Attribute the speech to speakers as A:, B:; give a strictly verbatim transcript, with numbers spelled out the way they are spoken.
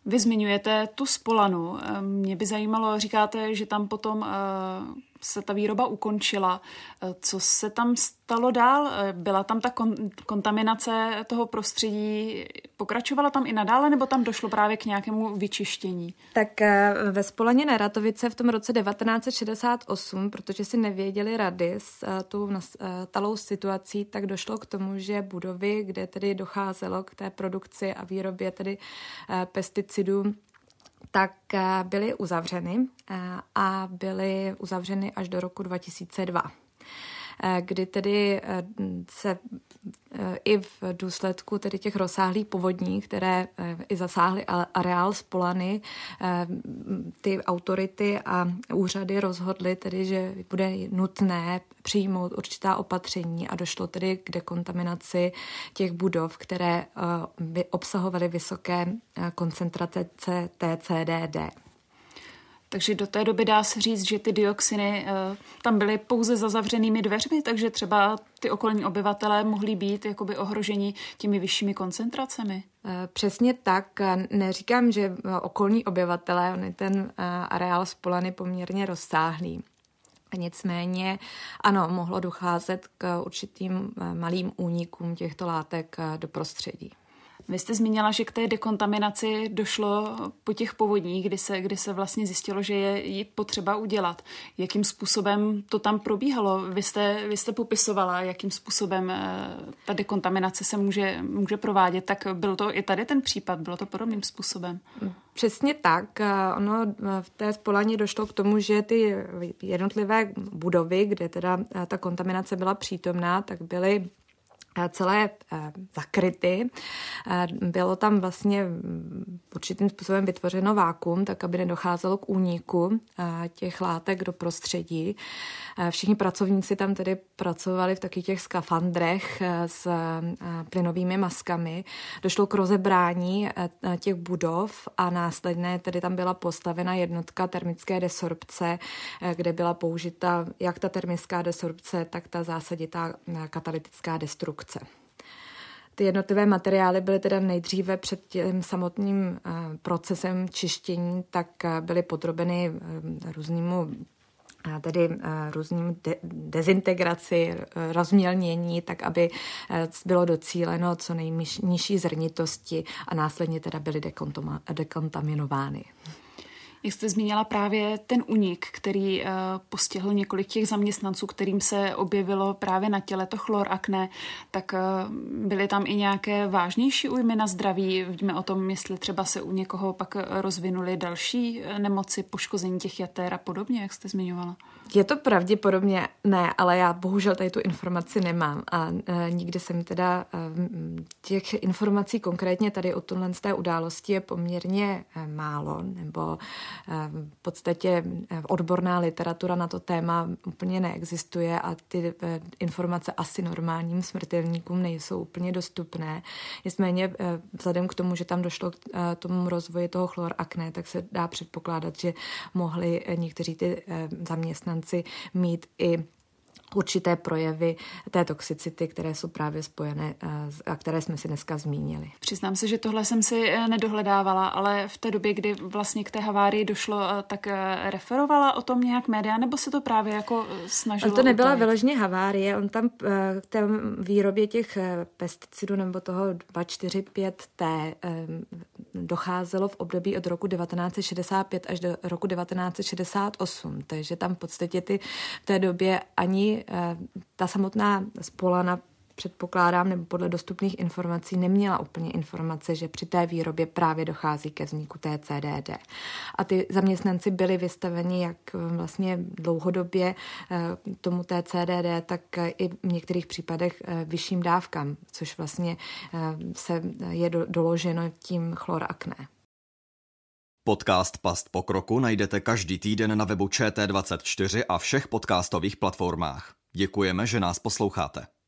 A: Vy zmiňujete tu spolanu. Mě by zajímalo, říkáte, že tam potom se ta výroba ukončila. Co se tam stalo dál? Byla tam ta kon- kontaminace toho prostředí, pokračovala tam i nadále, nebo tam došlo právě k nějakému vyčištění?
B: Tak ve Spolaně Neratovice v tom roce devatenáct set šedesát osm, protože si nevěděli rady s tou nastalou situací, tak došlo k tomu, že budovy, kde tedy docházelo k té produkci a výrobě tedy pesticidů, tak byly uzavřeny a byly uzavřeny až do roku dva tisíce dva, kdy tedy se i v důsledku tedy těch rozsáhlých povodní, které i zasáhly areál Spolany, ty autority a úřady rozhodly tedy, že bude nutné přijmout určitá opatření a došlo tedy k dekontaminaci těch budov, které obsahovaly vysoké koncentrace T C D D.
A: Takže do té doby dá se říct, že ty dioxiny uh, tam byly pouze za zavřenými dveřmi, takže třeba ty okolní obyvatelé mohli být jakoby ohroženi těmi vyššími koncentracemi?
B: Přesně tak. Neříkám, že okolní obyvatelé, on je ten areál Spolany poměrně rozsáhlý. Nicméně ano, mohlo docházet k určitým malým únikům těchto látek do prostředí.
A: Vy jste zmínila, že k té dekontaminaci došlo po těch povodních, kdy se, kdy se vlastně zjistilo, že je ji potřeba udělat. Jakým způsobem to tam probíhalo? Vy jste, vy jste popisovala, jakým způsobem ta dekontaminace se může, může provádět. Tak byl to i tady ten případ? Bylo to podobným způsobem?
B: Přesně tak. Ono v té Spolaně došlo k tomu, že ty jednotlivé budovy, kde teda ta kontaminace byla přítomná, tak byly celé zakryty. Bylo tam vlastně určitým způsobem vytvořeno vákuum, tak aby nedocházelo k úniku těch látek do prostředí. Všichni pracovníci tam tedy pracovali v takových těch skafandrech s plynovými maskami. Došlo k rozebrání těch budov a následně tedy tam byla postavena jednotka termické desorpce, kde byla použita jak ta termická desorpce, tak ta zásaditá katalytická destrukce. Ty jednotlivé materiály byly teda nejdříve před tím samotným procesem čištění, tak byly podrobeny různému tedy různým de- dezintegraci, rozmělnění, tak aby bylo docíleno co nejnižší zrnitosti a následně teda byly dekontoma- dekontaminovány.
A: Jak jste zmínila právě ten únik, který uh, postihl několik těch zaměstnanců, kterým se objevilo právě na těle to chlorakné, tak uh, byly tam i nějaké vážnější újmy na zdraví? Víme o tom, jestli třeba se u někoho pak rozvinuly další nemoci, poškození těch jater a podobně, jak jste zmiňovala?
B: Je to pravděpodobně ne, ale já bohužel tady tu informaci nemám a e, nikdy jsem teda e, těch informací konkrétně tady o tomhle z té události je poměrně e, málo, nebo e, v podstatě e, odborná literatura na to téma úplně neexistuje a ty e, informace asi normálním smrtelníkům nejsou úplně dostupné. Nicméně e, vzhledem k tomu, že tam došlo k e, tomu rozvoji toho chlorakné, tak se dá předpokládat, že mohli e, někteří ty e, zaměstnanci mít i určité projevy té toxicity, které jsou právě spojené a které jsme si dneska zmínili.
A: Přiznám se, že tohle jsem si nedohledávala, ale v té době, kdy vlastně k té havárii došlo, tak referovala o tom nějak média, nebo se to právě jako snažilo?
B: To nebyla
A: utajit?
B: vyloženě havárie, on tam k té výrobě těch pesticidů nebo toho dva čtyři pět T docházelo v období od roku devatenáct set šedesát pět až do roku devatenáct set šedesát osm, takže tam v podstatě ty v té době ani ta samotná Spolana, předpokládám, nebo podle dostupných informací neměla úplně informace, že při té výrobě právě dochází ke vzniku T C D D. A ty zaměstnanci byli vystaveni jak vlastně dlouhodobě tomu T C D D, tak i v některých případech vyšším dávkám, což vlastně se je doloženo tím chlorakné.
C: Podcast Past pokroku najdete každý týden na webu Č T dvacet čtyři a všech podcastových platformách. Děkujeme, že nás posloucháte.